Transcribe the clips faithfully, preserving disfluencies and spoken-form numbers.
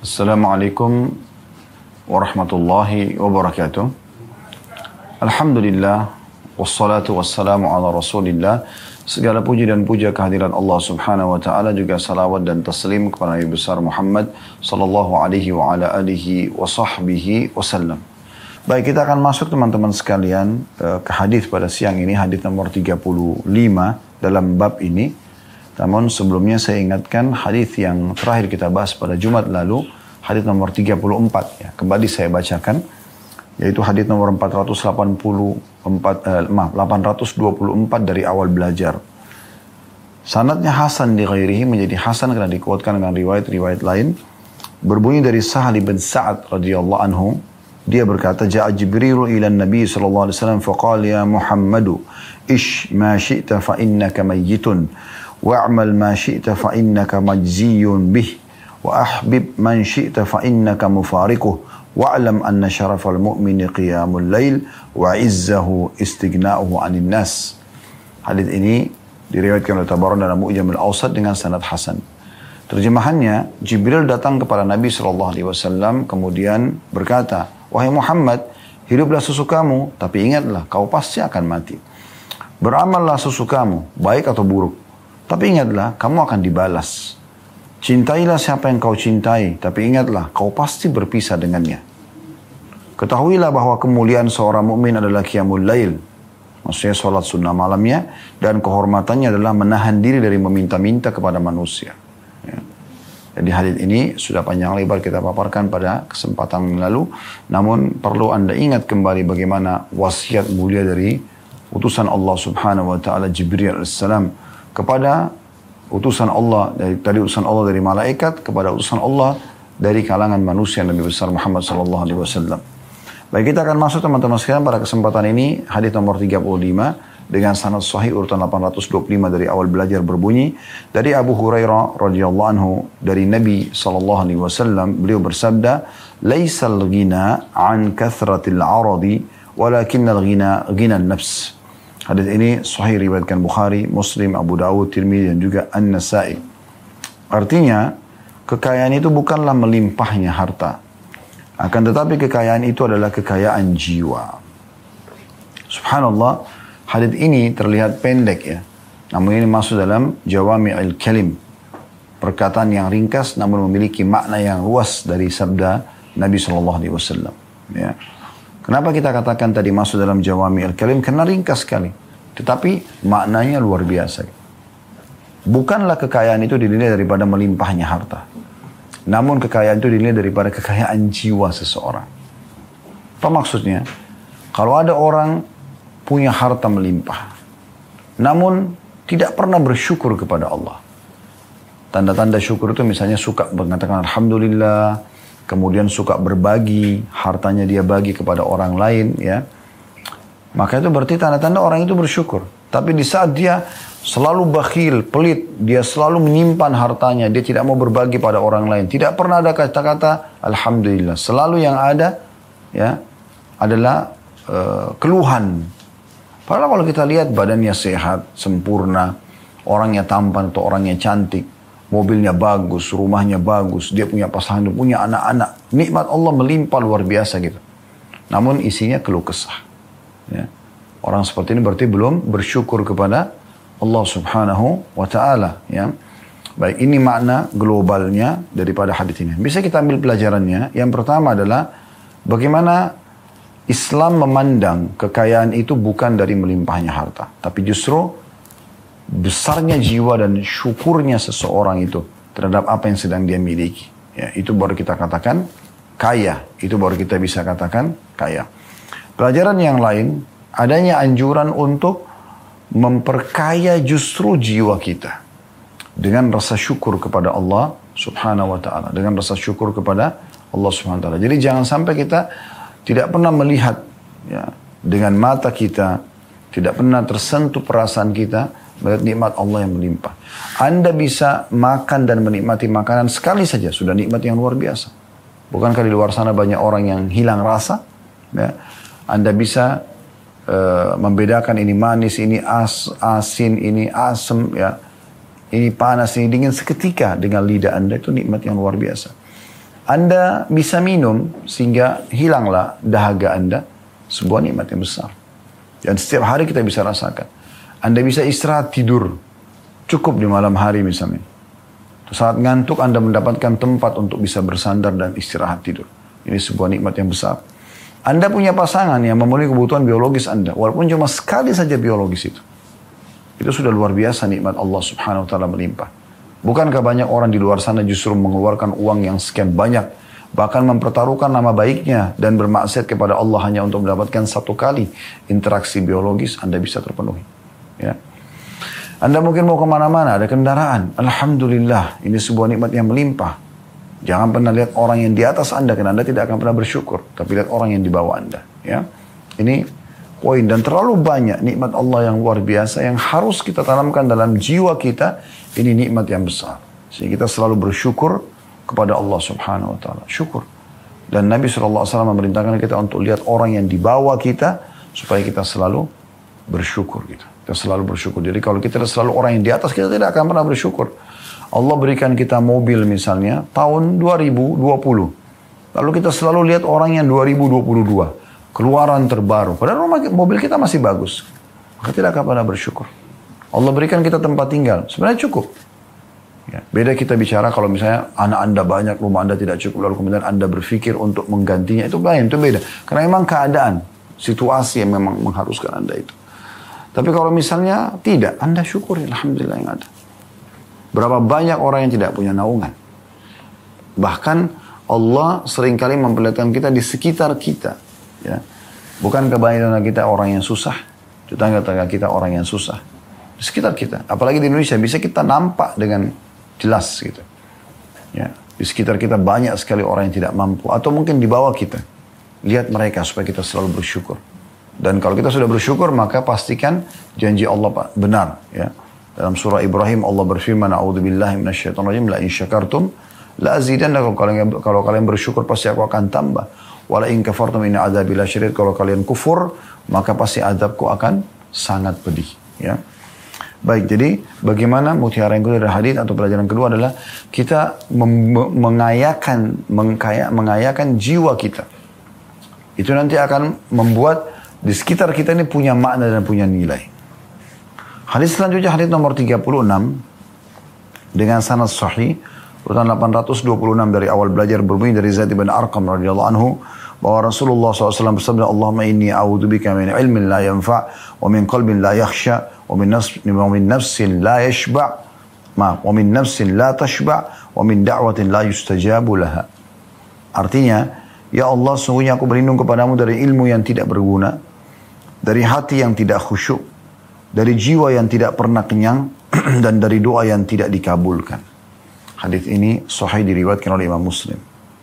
Assalamualaikum warahmatullahi wabarakatuh. Alhamdulillah, wassalatu wassalamu ala rasulillah. Segala puji dan puja kehadiran Allah subhanahu wa ta'ala, juga salawat dan taslim kepada Nabi besar Muhammad sallallahu alaihi wa ala alihi wa sahbihi wasallam. Baik, kita akan masuk teman-teman sekalian ke hadis pada siang ini, hadis nomor tiga puluh lima dalam bab ini. Namun sebelumnya saya ingatkan hadis yang terakhir kita bahas pada Jumat lalu, hadis nomor tiga puluh empat, ya. Kembali saya bacakan, yaitu hadis nomor empat ratus delapan puluh empat, eh, maaf, delapan ratus dua puluh empat dari awal belajar. Sanadnya Hasan di ghairihi, menjadi Hasan karena dikuatkan dengan riwayat-riwayat lain. Berbunyi dari Sahal bin Sa'ad radhiyallahu anhu, dia berkata, Ja'a Jibril ila Nabi sallallahu alaihi wasallam faqala ya Muhammadu ish ma syi'ta fa innaka mayyitun wa'mal ma syi'ta fa innaka majziyun bih wa ahbib man syi'ta fa innaka mufariquh wa'lam anna syarafal mu'mini qiyamul lail wa izzahu istighna'uhu 'anil nas. Hadis ini diriwayatkan oleh Tabarani dalam Mu'jamul Awsat dengan sanad hasan. Terjemahannya, Jibril datang kepada Nabi sallallahu alaihi wasallam kemudian berkata, wahai Muhammad, hiduplah sesukamu, tapi ingatlah kau pasti akan mati. Beramallah sesukamu, baik atau buruk, tapi ingatlah kamu akan dibalas. Cintailah siapa yang kau cintai, tapi ingatlah kau pasti berpisah dengannya. Ketahuilah bahwa kemuliaan seorang mukmin adalah qiyamul lail, maksudnya sholat sunnah malamnya, dan kehormatannya adalah menahan diri dari meminta-minta kepada manusia. Ya. Jadi hadis ini sudah panjang lebar kita paparkan pada kesempatan yang lalu, namun perlu Anda ingat kembali bagaimana wasiat mulia dari utusan Allah subhanahu wa ta'ala Jibril alaihissalam kepada utusan Allah, dari tadi utusan Allah dari malaikat kepada utusan Allah dari kalangan manusia, Nabi besar Muhammad sallallahu alaihi wasallam. Baik, kita akan masuk teman-teman sekalian pada kesempatan ini hadis nomor tiga puluh lima dengan sanad sahih urutan delapan ratus dua puluh lima dari awal belajar, berbunyi dari Abu Hurairah radhiyallahu anhu dari Nabi sallallahu alaihi wasallam, beliau bersabda, "Laisal ghina an kathratil 'aradi walakinnal ghina ghinan nafs." Hadis ini sahih riwayatkan Bukhari, Muslim, Abu Dawud, Tirmidzi dan juga An-Nasa'i. Artinya, kekayaan itu bukanlah melimpahnya harta, akan tetapi kekayaan itu adalah kekayaan jiwa. Subhanallah, hadis ini terlihat pendek ya, namun ini masuk dalam Jawami'ul Kalim, perkataan yang ringkas namun memiliki makna yang luas dari sabda Nabi sallallahu alaihi wasallam. Ya. Kenapa kita katakan tadi masuk dalam Jawami'ul Kalim? Karena ringkas sekali, tetapi maknanya luar biasa. Bukanlah kekayaan itu dinilai daripada melimpahnya harta, namun kekayaan itu dinilai daripada kekayaan jiwa seseorang. Apa maksudnya? Kalau ada orang punya harta melimpah, namun tidak pernah bersyukur kepada Allah. Tanda-tanda syukur itu misalnya suka mengatakan Alhamdulillah, kemudian suka berbagi, hartanya dia bagi kepada orang lain, ya. Maka itu berarti tanda-tanda orang itu bersyukur. Tapi di saat dia selalu bakhil, pelit, dia selalu menyimpan hartanya, dia tidak mau berbagi pada orang lain, tidak pernah ada kata-kata Alhamdulillah. Selalu yang ada, ya, adalah uh, keluhan. Padahal kalau kita lihat badannya sehat, sempurna, orangnya tampan atau orangnya cantik, mobilnya bagus, rumahnya bagus, dia punya pasangan, dia punya anak-anak. Nikmat Allah melimpah luar biasa gitu. Namun isinya keluh kesah. Ya. Orang seperti ini berarti belum bersyukur kepada Allah subhanahu wa ta'ala. Ya. Baik, ini makna globalnya daripada hadis ini. Bisa kita ambil pelajarannya. Yang pertama adalah bagaimana Islam memandang kekayaan itu bukan dari melimpahnya harta, tapi justru besarnya jiwa dan syukurnya seseorang itu terhadap apa yang sedang dia miliki. Ya, itu baru kita katakan kaya. Itu baru kita bisa katakan kaya. Pelajaran yang lain, adanya anjuran untuk memperkaya justru jiwa kita dengan rasa syukur kepada Allah subhanahu wa ta'ala. Dengan rasa syukur kepada Allah subhanahu wa ta'ala. Jadi jangan sampai kita tidak pernah melihat, ya, dengan mata kita, tidak pernah tersentuh perasaan kita melihat nikmat Allah yang melimpah. Anda bisa makan dan menikmati makanan sekali saja, sudah nikmat yang luar biasa. Bukankah di luar sana banyak orang yang hilang rasa? Ya. Anda bisa uh, membedakan ini manis, ini as, asin, ini asam, ya. Ini panas, ini dingin seketika dengan lidah Anda, itu nikmat yang luar biasa. Anda bisa minum sehingga hilanglah dahaga Anda, sebuah nikmat yang besar. Dan setiap hari kita bisa rasakan. Anda bisa istirahat tidur, cukup di malam hari misalnya. Saat ngantuk Anda mendapatkan tempat untuk bisa bersandar dan istirahat tidur. Ini sebuah nikmat yang besar. Anda punya pasangan yang memenuhi kebutuhan biologis Anda, walaupun cuma sekali saja biologis itu. Itu sudah luar biasa nikmat Allah subhanahu wa ta'ala melimpah. Bukankah banyak orang di luar sana justru mengeluarkan uang yang sekian banyak, bahkan mempertaruhkan nama baiknya dan bermaksiat kepada Allah hanya untuk mendapatkan satu kali interaksi biologis Anda bisa terpenuhi. Ya. Anda mungkin mau kemana-mana, ada kendaraan. Alhamdulillah, ini sebuah nikmat yang melimpah. Jangan pernah lihat orang yang di atas Anda, karena Anda tidak akan pernah bersyukur. Tapi lihat orang yang di bawah Anda. Ya. Ini poin, dan terlalu banyak nikmat Allah yang luar biasa yang harus kita tanamkan dalam jiwa kita. Ini nikmat yang besar. Sehingga kita selalu bersyukur kepada Allah subhanahu wa ta'ala. Syukur. Dan Nabi shallallahu alaihi wasallam memerintahkan kita untuk lihat orang yang di bawah kita, supaya kita selalu bersyukur gitu. Kita selalu bersyukur. Jadi kalau kita selalu orang yang di atas, kita tidak akan pernah bersyukur. Allah berikan kita mobil misalnya tahun dua ribu dua puluh. Lalu kita selalu lihat orang yang dua ribu dua puluh dua. Keluaran terbaru. Padahal rumah, mobil kita masih bagus. Maka tidak akan pernah bersyukur. Allah berikan kita tempat tinggal. Sebenarnya cukup. Ya. Beda kita bicara kalau misalnya anak Anda banyak, rumah Anda tidak cukup. Lalu kemudian Anda berpikir untuk menggantinya. Itu lain, itu beda. Karena memang keadaan, situasi yang memang mengharuskan Anda itu. Tapi kalau misalnya tidak, Anda syukuri. Alhamdulillah yang ada. Berapa banyak orang yang tidak punya naungan. Bahkan Allah seringkali memperlihatkan kita di sekitar kita. Ya. Bukan kebanyakan kita orang yang susah. Tetangga-tetangga kita orang yang susah. Di sekitar kita. Apalagi di Indonesia bisa kita nampak dengan jelas gitu. Ya. Di sekitar kita banyak sekali orang yang tidak mampu. Atau mungkin di bawah kita. Lihat mereka supaya kita selalu bersyukur. Dan kalau kita sudah bersyukur maka pastikan janji Allah Pak benar. Ya. Dalam surah Ibrahim Allah berfirman, A'udzubillahi minasyaitonirrajim, la in syakartum la azidannakum. Kalau, kalau kalian bersyukur pasti aku akan tambah. Wala in kafartum inna adzabi lasyadid. Kalau kalian kufur maka pasti azabku akan sangat pedih. Ya. Baik, jadi bagaimana mutiara yang kedua dari hadis atau pelajaran kedua adalah kita mengayakan, mengkaya, mengayakan jiwa kita. Itu nanti akan membuat di sekitar kita ini punya makna dan punya nilai. Hadis selanjutnya hadis nomor tiga puluh enam dengan sanad sahih urutan delapan ratus dua puluh enam dari awal belajar berbunyi dari Zaid bin Arqam radhiyallahu anhu bahwa Rasulullah shallallahu alaihi wasallam bersabda, Allahumma inni a'udzubika min ilmin la yanfa' wa min qalbin la yakhsha wa min wa min nafsin la yashba' ma wa min nafsin la tashba' wa min da'watin la yustajabu laha. Artinya, ya Allah, sungguhnya aku berlindung kepadamu dari ilmu yang tidak berguna, dari hati yang tidak khusyuk, dari jiwa yang tidak pernah kenyang, dan dari doa yang tidak dikabulkan. Hadis ini sahih diriwayatkan oleh Imam Muslim.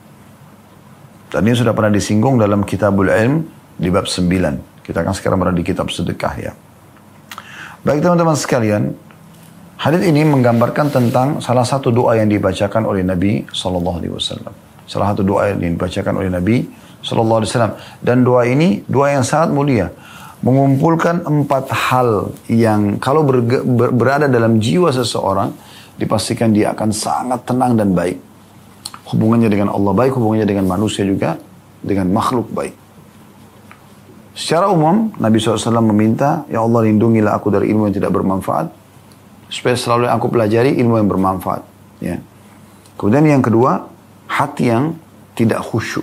Dan ini sudah pernah disinggung dalam Kitabul Ilm di bab sembilan. Kita akan sekarang berada di kitab sedekah ya. Baik teman-teman sekalian, hadis ini menggambarkan tentang salah satu doa yang dibacakan oleh Nabi shallallahu alaihi wasallam. Salah satu doa yang dibacakan oleh Nabi shallallahu alaihi wasallam. Dan doa ini doa yang sangat mulia. Mengumpulkan empat hal yang kalau ber, ber, berada dalam jiwa seseorang, dipastikan dia akan sangat tenang dan baik. Hubungannya dengan Allah baik, hubungannya dengan manusia juga, dengan makhluk baik. Secara umum, Nabi shallallahu alaihi wasallam meminta, ya Allah lindungilah aku dari ilmu yang tidak bermanfaat, supaya selalu aku pelajari ilmu yang bermanfaat. Ya. Kemudian yang kedua, hati yang tidak khusyuk.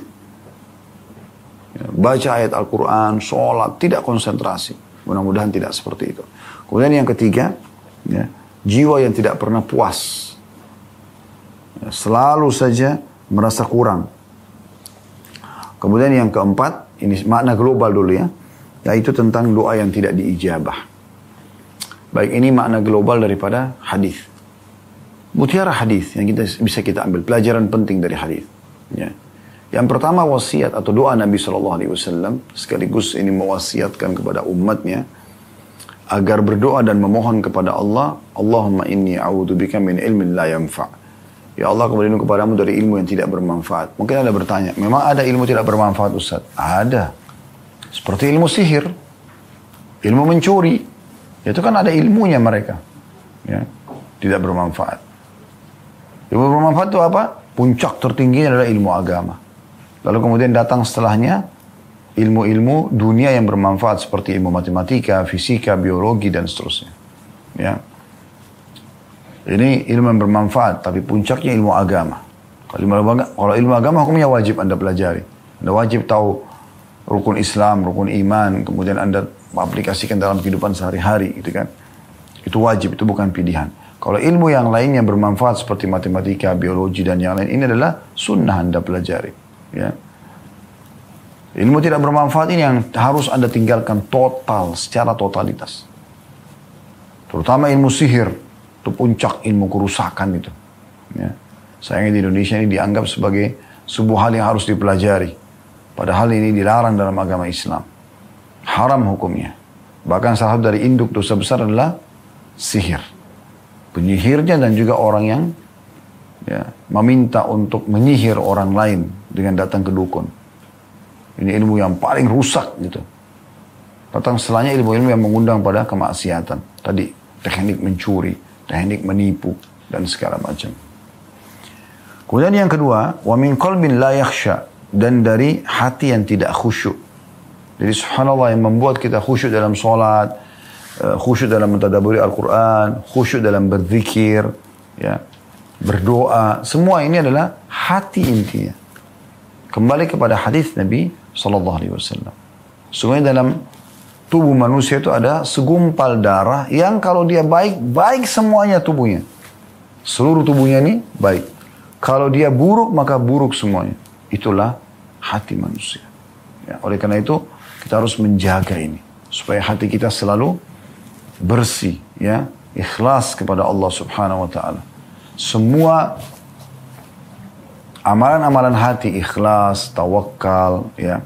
Ya, baca ayat Al-Quran, sholat, tidak konsentrasi. Mudah-mudahan tidak seperti itu. Kemudian yang ketiga, ya, jiwa yang tidak pernah puas. Ya, selalu saja merasa kurang. Kemudian yang keempat, ini makna global dulu ya, yaitu tentang doa yang tidak diijabah. Baik, ini makna global daripada hadis. Mutiara hadis yang kita bisa kita ambil pelajaran penting dari hadis. Ya. Yang pertama wasiat atau doa Nabi shallallahu alaihi wasallam, sekaligus ini mewasiatkan kepada umatnya agar berdoa dan memohon kepada Allah, Allahumma inni a'udzubika min ilmin la yanfa'. Ya Allah, aku berlindung kepadamu dari ilmu yang tidak bermanfaat. Mungkin Anda bertanya, memang ada ilmu tidak bermanfaat Ustaz? Ada. Seperti ilmu sihir, ilmu mencuri. Itu kan ada ilmunya mereka. Ya, tidak bermanfaat. Ilmu bermanfaat itu apa? puncak tertinggi adalah ilmu agama. Lalu kemudian datang setelahnya ilmu-ilmu dunia yang bermanfaat seperti ilmu matematika, fisika, biologi dan seterusnya. Ya. Ini ilmu yang bermanfaat, tapi puncaknya ilmu agama. Kalau ilmu agama, kalau ilmu agama hukumnya wajib Anda pelajari. Anda wajib tahu rukun Islam, rukun iman, kemudian Anda aplikasikan dalam kehidupan sehari-hari, gitu kan. Itu wajib, itu bukan pilihan. Kalau ilmu yang lain yang bermanfaat seperti matematika, biologi dan yang lain, ini adalah sunnah Anda pelajari. Ya. Ilmu tidak bermanfaat ini yang harus Anda tinggalkan total, secara totalitas. Terutama ilmu sihir, itu puncak ilmu kerusakan itu. Ya. Sayangnya di Indonesia ini dianggap sebagai sebuah hal yang harus dipelajari. Padahal ini dilarang dalam agama Islam. Haram hukumnya. Bahkan salah satu dari induk dosa besar adalah sihir. Penyihirnya dan juga orang yang ya, meminta untuk menyihir orang lain dengan datang ke dukun. Ini ilmu yang paling rusak gitu. Datang setelahnya ilmu-ilmu yang mengundang pada kemaksiatan. Tadi teknik mencuri, teknik menipu dan segala macam. Kemudian yang kedua, wa min qalbin la yakhsha, dan dari hati yang tidak khusyuk. Jadi subhanallah yang membuat kita khusyuk dalam sholat, khusyuk dalam mentadaburi Al-Quran, khusyuk dalam berzikir, ya, berdoa. Semua ini adalah hati intinya. Kembali kepada hadis Nabi Sallallahu Alaihi Wasallam. Sungguhnya dalam tubuh manusia itu ada segumpal darah yang kalau dia baik, baik semuanya tubuhnya. Seluruh tubuhnya ini baik. Kalau dia buruk, maka buruk semuanya. Itulah hati manusia. Ya, oleh karena itu, kita harus menjaga ini. Supaya hati kita selalu bersih, ya, ikhlas kepada Allah Subhanahu wa Ta'ala. Semua amalan-amalan hati, ikhlas, tawakal, ya,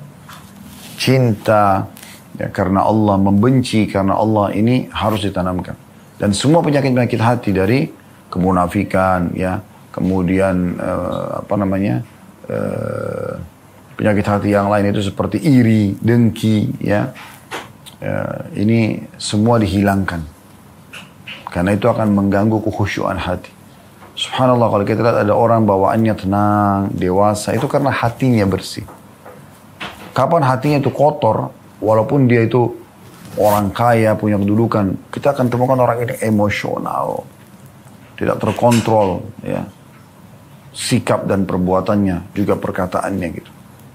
cinta, ya, karena Allah, membenci karena Allah, ini harus ditanamkan. Dan semua penyakit-penyakit hati dari kemunafikan, ya, kemudian uh, apa namanya uh, penyakit hati yang lain itu seperti iri, dengki, ya. Ya, ini semua dihilangkan. Karena itu akan mengganggu kekhusyuan hati. Subhanallah, kalau kita lihat ada orang bawaannya tenang, dewasa, itu karena hatinya bersih. Kapan hatinya itu kotor, walaupun dia itu orang kaya, punya kedudukan, kita akan temukan orang ini emosional, tidak terkontrol, ya. Sikap dan perbuatannya, juga perkataannya gitu.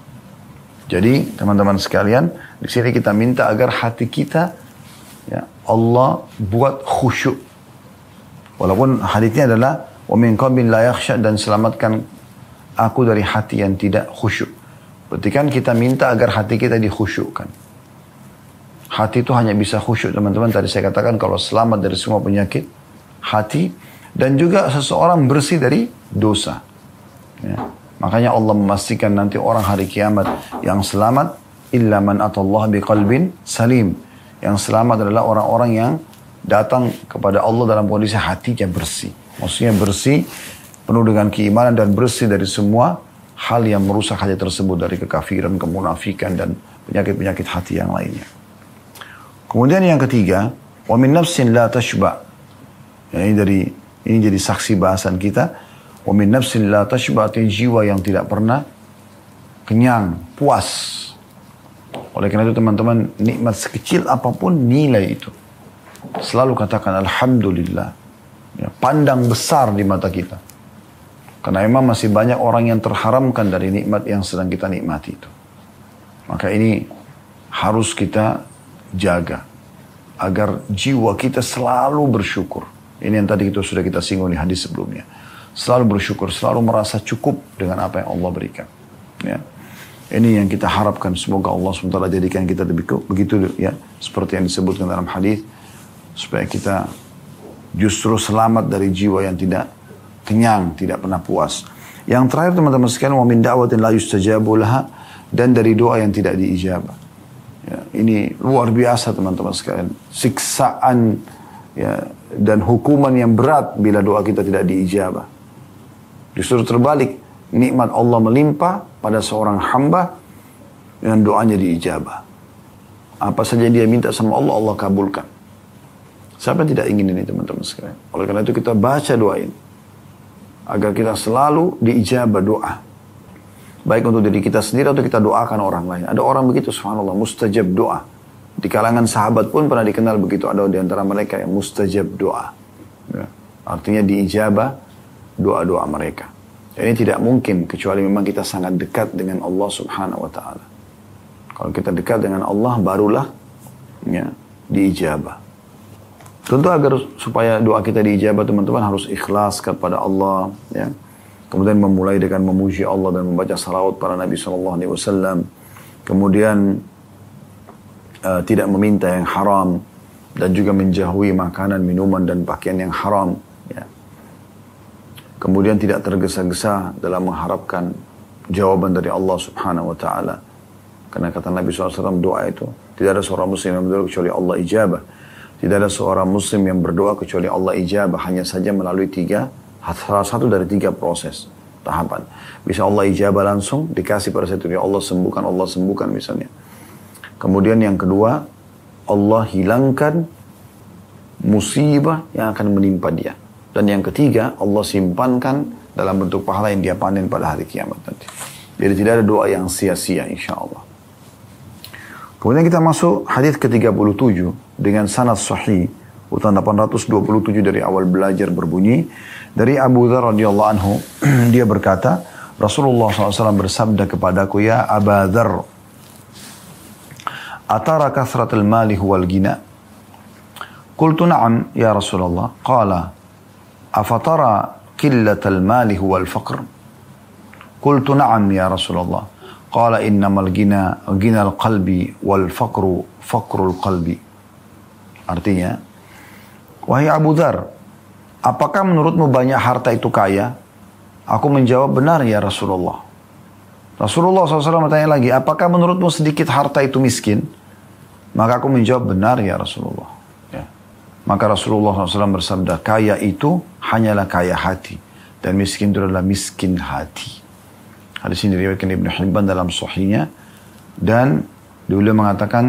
Jadi teman-teman sekalian, di sini kita minta agar hati kita, ya, Allah buat khusyuk. Walaupun haditsnya adalah wa min qalbin la yakhsha, dan selamatkan aku dari hati yang tidak khusyuk. Berarti kan kita minta agar hati kita dikhusyukkan. Hati itu hanya bisa khusyuk, teman-teman. Tadi saya katakan kalau selamat dari semua penyakit hati, dan juga seseorang bersih dari dosa. Ya. Makanya Allah memastikan nanti orang hari kiamat yang selamat, illa man atallaha biqalbin salim. Yang selamat adalah orang-orang yang datang kepada Allah dalam kondisi hatinya bersih. Maksudnya bersih, penuh dengan keimanan dan bersih dari semua hal yang merusak hati tersebut, dari kekafiran, kemunafikan dan penyakit-penyakit hati yang lainnya. Kemudian yang ketiga, wa min nafsin la tashba. Ya, ini dari ini jadi saksi bahasan kita. Wa min nafsin la tashba, jiwa yang tidak pernah kenyang, puas. Oleh karena itu teman-teman, nikmat sekecil apapun nilai itu. Selalu katakan alhamdulillah. Ya, pandang besar di mata kita. Karena memang masih banyak orang yang terharamkan dari nikmat yang sedang kita nikmati itu. Maka ini harus kita jaga. Agar jiwa kita selalu bersyukur. Ini yang tadi itu sudah kita singgung di hadis sebelumnya. Selalu bersyukur, selalu merasa cukup dengan apa yang Allah berikan. Ya. Ini yang kita harapkan, semoga Allah subhanahu wa taala jadikan kita begitu, ya, seperti yang disebutkan dalam hadis, supaya kita justru selamat dari jiwa yang tidak kenyang, tidak pernah puas. Yang terakhir teman-teman sekalian, wa min da'watin la yustajabu laha, dan dari doa yang tidak diijabah. Ya, ini luar biasa teman-teman sekalian, siksaan, ya, dan hukuman yang berat bila doa kita tidak diijabah. Justru terbalik, nikmat Allah melimpah pada seorang hamba dan doanya diijabah. Apa saja dia minta sama Allah, Allah kabulkan. Siapa yang tidak ingin ini teman-teman sekalian? Oleh karena itu kita baca doa ini. agar kita selalu diijabah doa. Baik untuk diri kita sendiri atau kita doakan orang lain. Ada orang begitu, subhanallah, mustajab doa. Di kalangan sahabat pun pernah dikenal begitu. Ada di antara mereka yang mustajab doa. Ya. Artinya diijabah doa-doa mereka. Dan ini tidak mungkin kecuali memang kita sangat dekat dengan Allah subhanahu wa ta'ala. Kalau kita dekat dengan Allah, barulah ya, diijabah. Tentu agar supaya doa kita diijabah, teman-teman harus ikhlas kepada Allah. Ya. Kemudian memulai dengan memuji Allah dan membaca salawat para Nabi shallallahu alaihi wasallam. Kemudian uh, tidak meminta yang haram. Dan juga menjauhi makanan, minuman, dan pakaian yang haram. Ya. Kemudian tidak tergesa-gesa dalam mengharapkan jawaban dari Allah subhanahu wa ta'ala. Karena kata Nabi shallallahu alaihi wasallam, doa itu tidak ada seorang muslim yang berdoa kecuali Allah ijabah. Tidak ada seorang muslim yang berdoa kecuali Allah ijabah. Hanya saja melalui tiga, salah satu dari tiga proses, tahapan. Bisa Allah ijabah langsung, dikasih pada satu, ya Allah sembuhkan, Allah sembuhkan misalnya. Kemudian yang kedua, Allah hilangkan musibah yang akan menimpa dia. Dan yang ketiga, Allah simpankan dalam bentuk pahala yang dia panen pada hari kiamat nanti. Jadi tidak ada doa yang sia-sia insya Allah. Kemudian kita masuk hadis ke tiga puluh tujuh dengan sanad sahih. Urutan delapan ratus dua puluh tujuh dari awal belajar berbunyi. Dari Abu Dzar radhiyallahu anhu, dia berkata, Rasulullah shallallahu alaihi wasallam bersabda kepadaku, ya Abu Dzar, atara kathratul mali huwal gina? Qultu na'am ya Rasulullah. Qala afatara qillatal mali huwal faqr? Qultu na'am ya Rasulullah. Qala innamal gina ginal qalbi wal faqru faqrul qalbi. Artinya, wahai Abu Dzar, apakah menurutmu banyak harta itu kaya? Aku menjawab, benar ya Rasulullah. Rasulullah shallallahu alaihi wasallam bertanya lagi, apakah menurutmu sedikit harta itu miskin? Maka aku menjawab, benar ya Rasulullah. Ya. Maka Rasulullah shallallahu alaihi wasallam bersabda, kaya itu hanyalah kaya hati. Dan miskin itu adalah miskin hati. Hadis ini diriwayatkan Ibnu Hibban dalam sahihnya. Dan beliau mengatakan,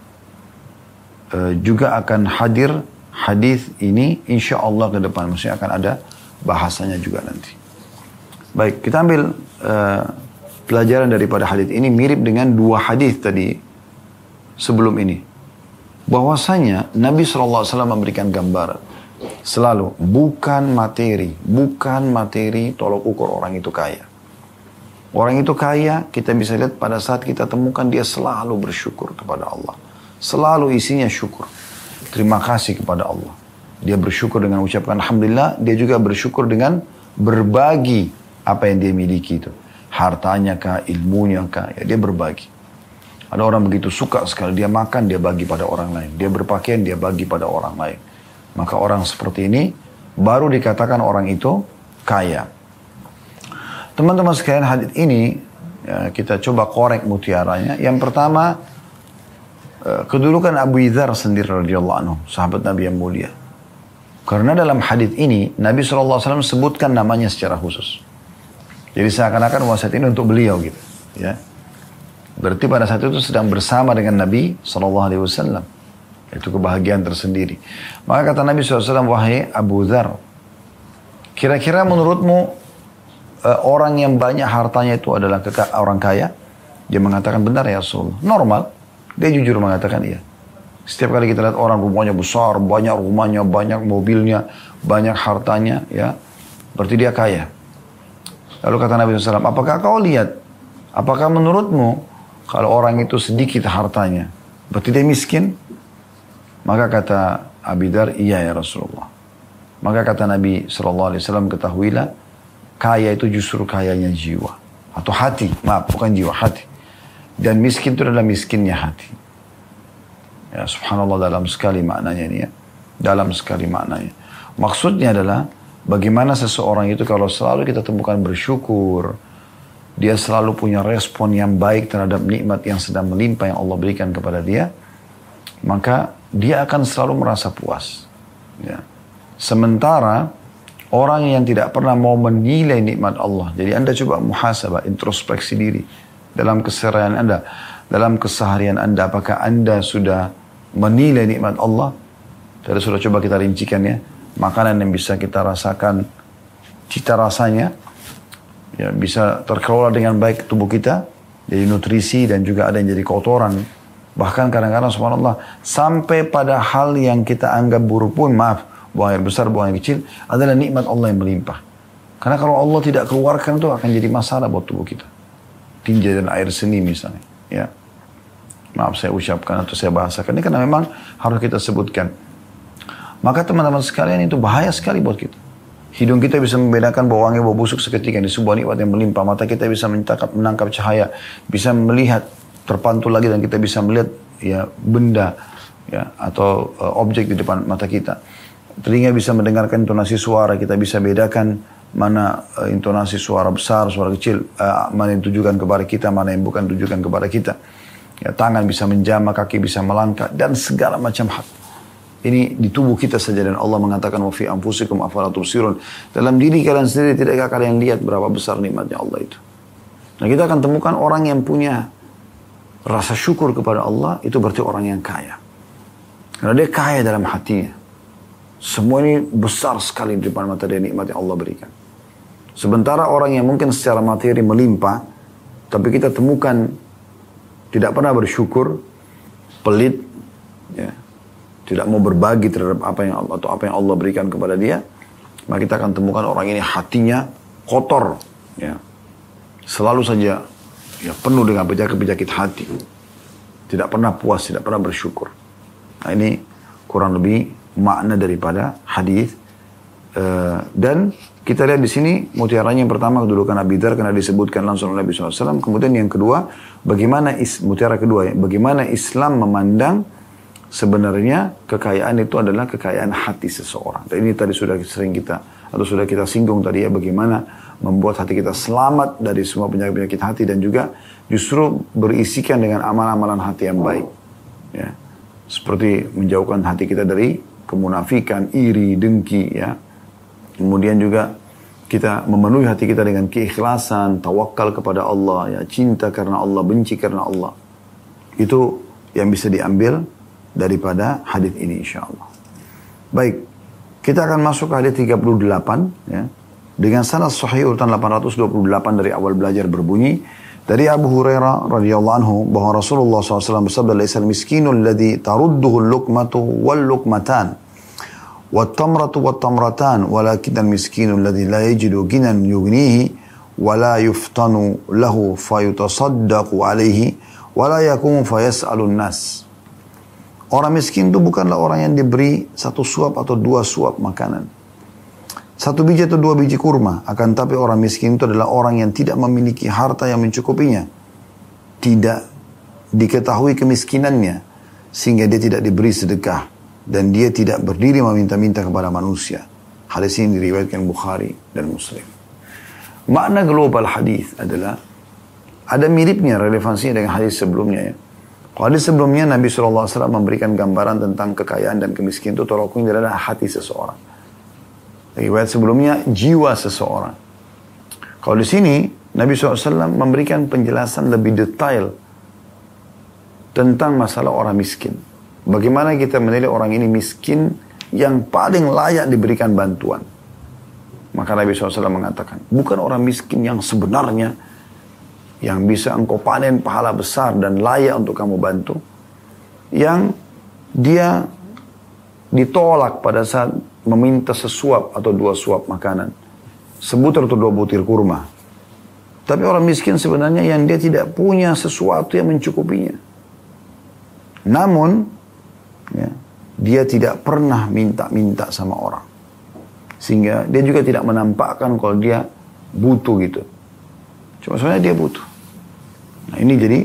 e, juga akan hadir hadis ini insya Allah ke depan. Maksudnya akan ada bahasanya juga nanti. Baik, kita ambil e, pelajaran daripada hadis ini mirip dengan dua hadis tadi sebelum ini. Bahwasanya Nabi shallallahu alaihi wasallam memberikan gambaran selalu bukan materi, bukan materi tolok ukur orang itu kaya. Orang itu kaya, kita bisa lihat pada saat kita temukan dia selalu bersyukur kepada Allah. Selalu isinya syukur. Terima kasih kepada Allah. Dia bersyukur dengan ucapkan alhamdulillah, dia juga bersyukur dengan berbagi apa yang dia miliki itu. Hartanya kah, ilmunya kah, ya dia berbagi. Ada orang begitu suka sekali, dia makan, dia bagi pada orang lain. Dia berpakaian, dia bagi pada orang lain. Maka orang seperti ini, baru dikatakan orang itu kaya. Teman-teman sekalian, hadis ini, ya, kita coba korek mutiaranya. Yang pertama, kedudukan Abu Dzar sendiri radhiyallahu anhu, sahabat Nabi yang mulia. Karena dalam hadis ini, Nabi shallallahu alaihi wasallam sebutkan namanya secara khusus. Jadi seakan-akan wasiat ini untuk beliau gitu, ya. Berarti pada saat itu sedang bersama dengan Nabi shallallahu alaihi wasallam. Itu kebahagiaan tersendiri. Maka kata Nabi shallallahu alaihi wasallam, wahai Abu Dzar, kira-kira menurutmu uh, orang yang banyak hartanya itu adalah orang kaya? Dia mengatakan, benar ya Rasulullah. Normal. Dia jujur mengatakan iya. Setiap kali kita lihat orang rumahnya besar, banyak rumahnya, banyak mobilnya, banyak hartanya, ya, berarti dia kaya. Lalu kata Nabi shallallahu alaihi wasallam, apakah kau lihat? Apakah menurutmu kalau orang itu sedikit hartanya, berarti dia miskin? Maka kata Abu Dzar, iya ya Rasulullah. Maka kata Nabi shallallahu alaihi wasallam, ketahuilah, kaya itu justru kayanya jiwa. Atau hati, maaf, bukan jiwa, hati. Dan miskin itu adalah miskinnya hati. Ya, subhanallah, dalam sekali maknanya ini ya. Dalam sekali maknanya. Maksudnya adalah, bagaimana seseorang itu kalau selalu kita temukan bersyukur, dia selalu punya respon yang baik terhadap nikmat yang sedang melimpah yang Allah berikan kepada dia, maka dia akan selalu merasa puas. Ya. Sementara orang yang tidak pernah mau menilai nikmat Allah, jadi Anda coba muhasabah, introspeksi diri dalam keseharian Anda, dalam keseharian Anda, apakah Anda sudah menilai nikmat Allah? Tadi sudah coba kita rincikan ya, makanan yang bisa kita rasakan cita rasanya, ya bisa terkelola dengan baik tubuh kita, jadi nutrisi dan juga ada yang jadi kotoran. Bahkan kadang-kadang subhanallah, sampai pada hal yang kita anggap buruk pun, maaf, buang air besar, buang air kecil, adalah nikmat Allah yang melimpah. Karena kalau Allah tidak keluarkan itu akan jadi masalah buat tubuh kita. Tinja dan air seni misalnya, ya. Maaf saya ucapkan atau saya bahasakan, ini karena memang harus kita sebutkan. Maka teman-teman sekalian, itu bahaya sekali buat kita. Hidung kita bisa membedakan bau wangi, bau busuk seketika, di sebuah nikmat yang melimpah. Mata kita bisa menangkap, menangkap cahaya, bisa melihat, terpantul lagi dan kita bisa melihat ya benda ya atau uh, objek di depan mata kita. Telinga bisa mendengarkan intonasi suara, kita bisa bedakan mana uh, intonasi suara besar, suara kecil, uh, mana yang ditujukan kepada kita, mana yang bukan ditujukan kepada kita. Ya, tangan bisa menjamah, kaki bisa melangkah dan segala macam hal. Ini di tubuh kita saja, dan Allah mengatakan wa fi anfusikum afala tubsirun. Dalam diri kalian sendiri tidakkah kalian lihat berapa besar nikmatnya Allah itu. Nah, kita akan temukan orang yang punya rasa syukur kepada Allah, itu berarti orang yang kaya. Karena dia kaya dalam hatinya. Semua ini besar sekali di depan mata dia, nikmat yang Allah berikan. Sementara orang yang mungkin secara materi melimpah, tapi kita temukan tidak pernah bersyukur, pelit, ya, tidak mau berbagi terhadap apa yang atau apa yang Allah berikan kepada dia, maka kita akan temukan orang ini hatinya kotor, ya, selalu saja ya penuh dengan penyakit-penyakit hati. Tidak pernah puas, tidak pernah bersyukur. Nah, ini kurang lebih makna daripada hadis. Uh, dan kita lihat di sini mutiaranya yang pertama kedudukan Abi Dzar karena disebutkan langsung oleh Nabi shallallahu alaihi wasallam. Kemudian yang kedua, bagaimana is, mutiara kedua ya, bagaimana Islam memandang sebenarnya kekayaan itu adalah kekayaan hati seseorang. Dan ini tadi sudah sering kita atau sudah kita singgung tadi ya, bagaimana membuat hati kita selamat dari semua penyakit-penyakit hati dan juga justru berisikan dengan amalan-amalan hati yang baik. Ya. Seperti menjauhkan hati kita dari kemunafikan, iri, dengki, ya. Kemudian juga kita memenuhi hati kita dengan keikhlasan, tawakal kepada Allah, ya, cinta karena Allah, benci karena Allah. Itu yang bisa diambil daripada hadis ini insyaallah. Baik, kita akan masuk ke hadis tiga puluh delapan, ya. Dengan sanad sahih urutan delapan ratus dua puluh delapan dari awal belajar berbunyi dari Abu Hurairah radhiyallahu anhu bahwa Rasulullah shallallahu alaihi wasallam bersabda, "Laisal miskinul ladzi tarudduhu al-luqmatu wal-luqmatan wat-tamratu wat-tamratan, walakinnal miskinul ladzi la yajidu ghinan yughnihi wa la yuftanu lahu fayutasaddaqu alaihi wa la yaqumu fayas'alun nas." Orang miskin itu bukanlah orang yang diberi satu suap atau dua suap makanan, satu biji atau dua biji kurma. Akan tapi orang miskin itu adalah orang yang tidak memiliki harta yang mencukupinya, tidak diketahui kemiskinannya, sehingga dia tidak diberi sedekah, dan dia tidak berdiri meminta-minta kepada manusia. Hadis ini diriwayatkan Bukhari dan Muslim. Makna global hadis adalah ada miripnya, relevansinya dengan hadis sebelumnya ya. Hadis sebelumnya Nabi shallallahu alaihi wasallam memberikan gambaran tentang kekayaan dan kemiskinan itu tolak ukur adalah hati seseorang. Riwayat sebelumnya jiwa seseorang. Kalau di sini Nabi shallallahu alaihi wasallam memberikan penjelasan lebih detail tentang masalah orang miskin. Bagaimana kita menilai orang ini miskin yang paling layak diberikan bantuan. Maka Nabi shallallahu alaihi wasallam mengatakan, bukan orang miskin yang sebenarnya, yang bisa engkau panen pahala besar dan layak untuk kamu bantu, yang dia ditolak pada saat meminta sesuap atau dua suap makanan, sebutir atau dua butir kurma. Tapi orang miskin sebenarnya yang dia tidak punya sesuatu yang mencukupinya. Namun, ya, dia tidak pernah minta-minta sama orang. Sehingga dia juga tidak menampakkan kalau dia butuh gitu. Cuma sebenarnya dia butuh. Nah ini jadi,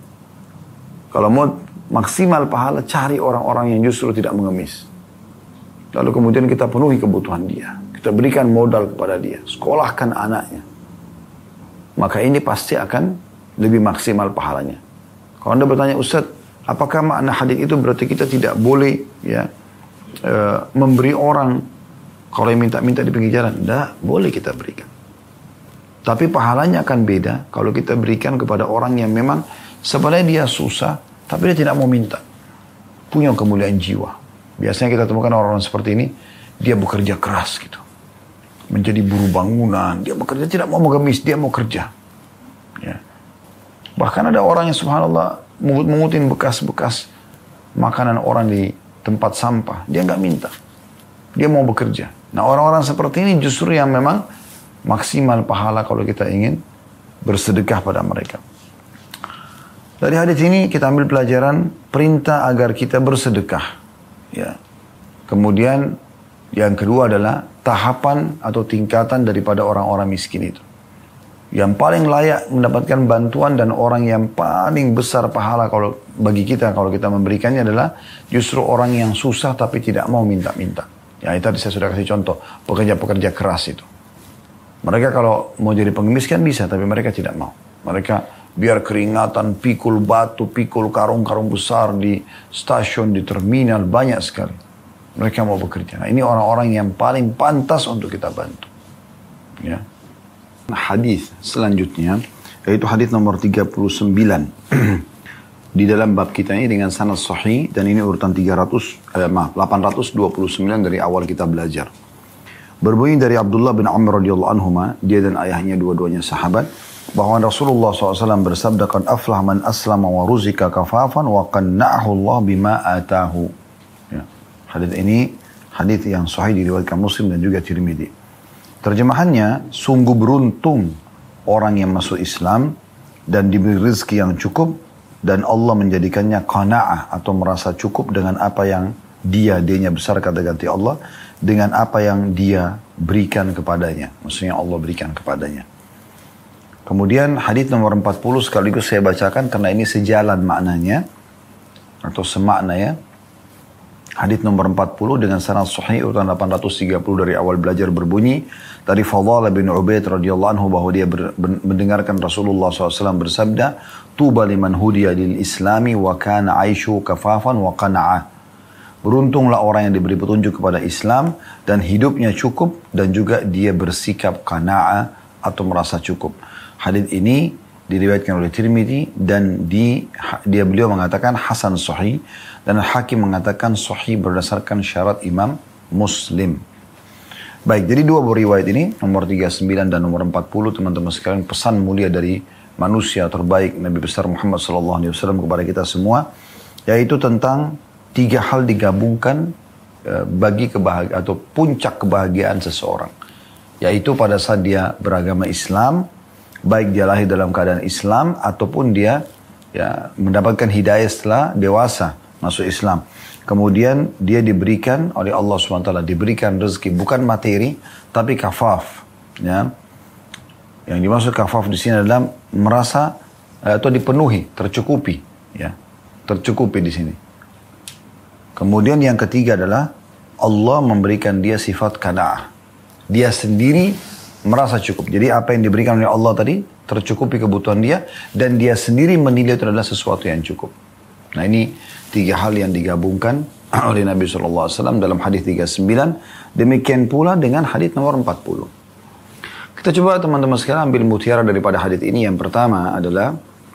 kalau mau maksimal pahala, cari orang-orang yang justru tidak mengemis. Lalu kemudian kita penuhi kebutuhan dia. Kita berikan modal kepada dia. Sekolahkan anaknya. Maka ini pasti akan lebih maksimal pahalanya. Kalau Anda bertanya, Ustaz, apakah makna hadis itu berarti kita tidak boleh ya e, memberi orang kalau yang minta-minta di pinggir jalan? Tidak, boleh kita berikan. Tapi pahalanya akan beda kalau kita berikan kepada orang yang memang sebenarnya dia susah, tapi dia tidak mau minta. Punya kemuliaan jiwa. Biasanya kita temukan orang-orang seperti ini, dia bekerja keras gitu. menjadi buruh bangunan, dia bekerja, tidak mau mengemis, dia mau kerja. Ya. Bahkan ada orang yang subhanallah mengutin bekas-bekas makanan orang di tempat sampah, dia nggak minta, dia mau bekerja. Nah orang-orang seperti ini justru yang memang maksimal pahala kalau kita ingin bersedekah pada mereka. Dari hadis ini kita ambil pelajaran perintah agar kita bersedekah. Ya. Kemudian yang kedua adalah tahapan atau tingkatan daripada orang-orang miskin itu. Yang paling layak mendapatkan bantuan dan orang yang paling besar pahala kalau bagi kita kalau kita memberikannya adalah justru orang yang susah tapi tidak mau minta-minta. Ya itu tadi saya sudah kasih contoh pekerja-pekerja keras itu. Mereka kalau mau jadi pengemis kan bisa tapi mereka tidak mau. Mereka biar keringatan, pikul batu, pikul karung-karung besar di stasiun, di terminal, banyak sekali. Mereka mau bekerja. Nah, ini orang-orang yang paling pantas untuk kita bantu. Ya. Nah, hadis selanjutnya, yaitu hadis nomor tiga puluh sembilan. Di dalam bab kita ini dengan sanad sahih, dan ini urutan tiga ratus, eh, maaf, delapan ratus dua puluh sembilan dari awal kita belajar. Berbunyi dari Abdullah bin Amr radhiyallahu anhuma, dia dan ayahnya dua-duanya sahabat, bahwa Rasulullah shallallahu alaihi wasallam bersabda, "Qad aflah man aslama wa ruzika kafafan wa qanna'ahu Allah bima atahu." Ya. Hadis ini hadis yang sahih diriwayatkan Muslim dan juga Tirmidzi. Terjemahannya, sungguh beruntung orang yang masuk Islam dan diberi rezeki yang cukup dan Allah menjadikannya qanaah atau merasa cukup dengan apa yang dia, dia besar kata ganti Allah, dengan apa yang dia berikan kepadanya. Maksudnya Allah berikan kepadanya. Kemudian hadis nomor empat puluh sekaligus saya bacakan karena ini sejalan maknanya atau semakna ya. Hadis nomor empat puluh dengan sanad sahih urutan delapan ratus tiga puluh dari awal belajar berbunyi dari Fadhalah bin Ubaid radhiyallahu anhu bahwa dia ber, ber, mendengarkan Rasulullah shallallahu alaihi wasallam bersabda, "Tuba liman hudiya lil islami wa kana aishu kafafan wa qana'ah." Beruntunglah orang yang diberi petunjuk kepada Islam dan hidupnya cukup dan juga dia bersikap qana'ah atau merasa cukup. Hadis ini diriwayatkan oleh Tirmidzi dan di dia beliau mengatakan hasan sahih dan Hakim mengatakan sahih berdasarkan syarat Imam Muslim. Baik, jadi dua buah riwayat ini nomor tiga puluh sembilan dan nomor empat puluh teman-teman sekalian pesan mulia dari manusia terbaik Nabi besar Muhammad sallallahu alaihi wasallam kepada kita semua, yaitu tentang tiga hal digabungkan bagi kebahagiaan atau puncak kebahagiaan seseorang, yaitu pada saat dia beragama Islam, baik dia lahir dalam keadaan Islam ataupun dia ya, mendapatkan hidayah setelah dewasa masuk Islam. Kemudian dia diberikan oleh Allah subhanahu wa taala, diberikan rezeki bukan materi tapi kafaf. Ya. Yang dimaksud kafaf di sini adalah merasa atau dipenuhi, tercukupi. Ya. Tercukupi di sini. Kemudian yang ketiga adalah Allah memberikan dia sifat qanaah. Dia sendiri merasa cukup. Jadi apa yang diberikan oleh Allah tadi tercukupi kebutuhan dia dan dia sendiri menilai itu adalah sesuatu yang cukup. Nah ini tiga hal yang digabungkan oleh Nabi shallallahu alaihi wasallam dalam hadis tiga puluh sembilan. Demikian pula dengan hadis nomor empat puluh. Kita coba teman-teman sekalian ambil mutiara daripada hadis ini. Yang pertama adalah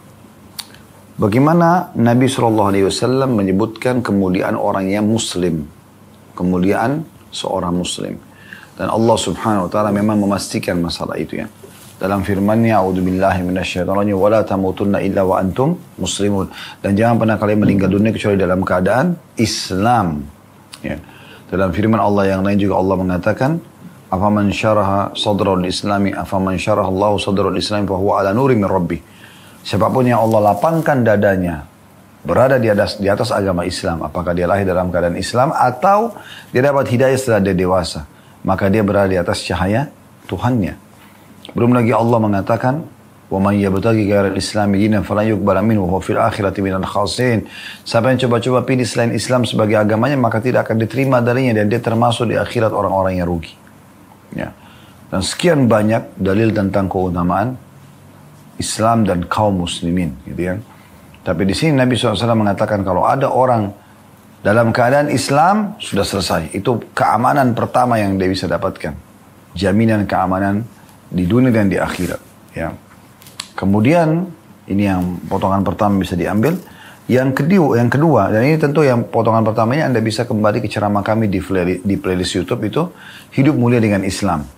bagaimana Nabi shallallahu alaihi wasallam menyebutkan kemuliaan orang yang muslim. Kemuliaan seorang muslim. Dan Allah subhanahu wa ta'ala memang memastikan masalah itu ya. Dalam firman-Nya, "A'udzubillahi minasyaitonir rajim, wa la tamutunna illa wa antum muslimun." Dan jangan pernah kalian meninggal dunia kecuali dalam keadaan Islam. Ya. Dalam firman Allah yang lain juga Allah mengatakan, "Afaman syaraha sadrahu lil-islami, afaman syaraha Allahu sadrahu lil-islami fa huwa ala nurin min rabbih." Siapapun yang Allah lapangkan dadanya berada di atas di atas agama Islam, apakah dia lahir dalam keadaan Islam atau dia dapat hidayah setelah dia dewasa, maka dia berada di atas cahaya Tuhannya. Belum lagi Allah mengatakan, "Wa man yabtaghi ghairal islami dinan falan yuqbala minhu wa huwa fil akhirati minal khasirin." Siapa yang coba-coba pilih selain Islam sebagai agamanya, maka tidak akan diterima darinya dan dia termasuk di akhirat orang-orang yang rugi. Ya. Dan sekian banyak dalil tentang keutamaan Islam dan kaum muslimin, gitu ya. Tapi di sini Nabi shallallahu alaihi wasallam mengatakan kalau ada orang dalam keadaan Islam, sudah selesai. Itu keamanan pertama yang dia bisa dapatkan. Jaminan keamanan di dunia dan di akhirat. Ya. Kemudian, ini yang potongan pertama bisa diambil. Yang kedua, yang kedua, dan ini tentu yang potongan pertamanya Anda bisa kembali ke ceramah kami di, di playlist YouTube itu, Hidup Mulia dengan Islam.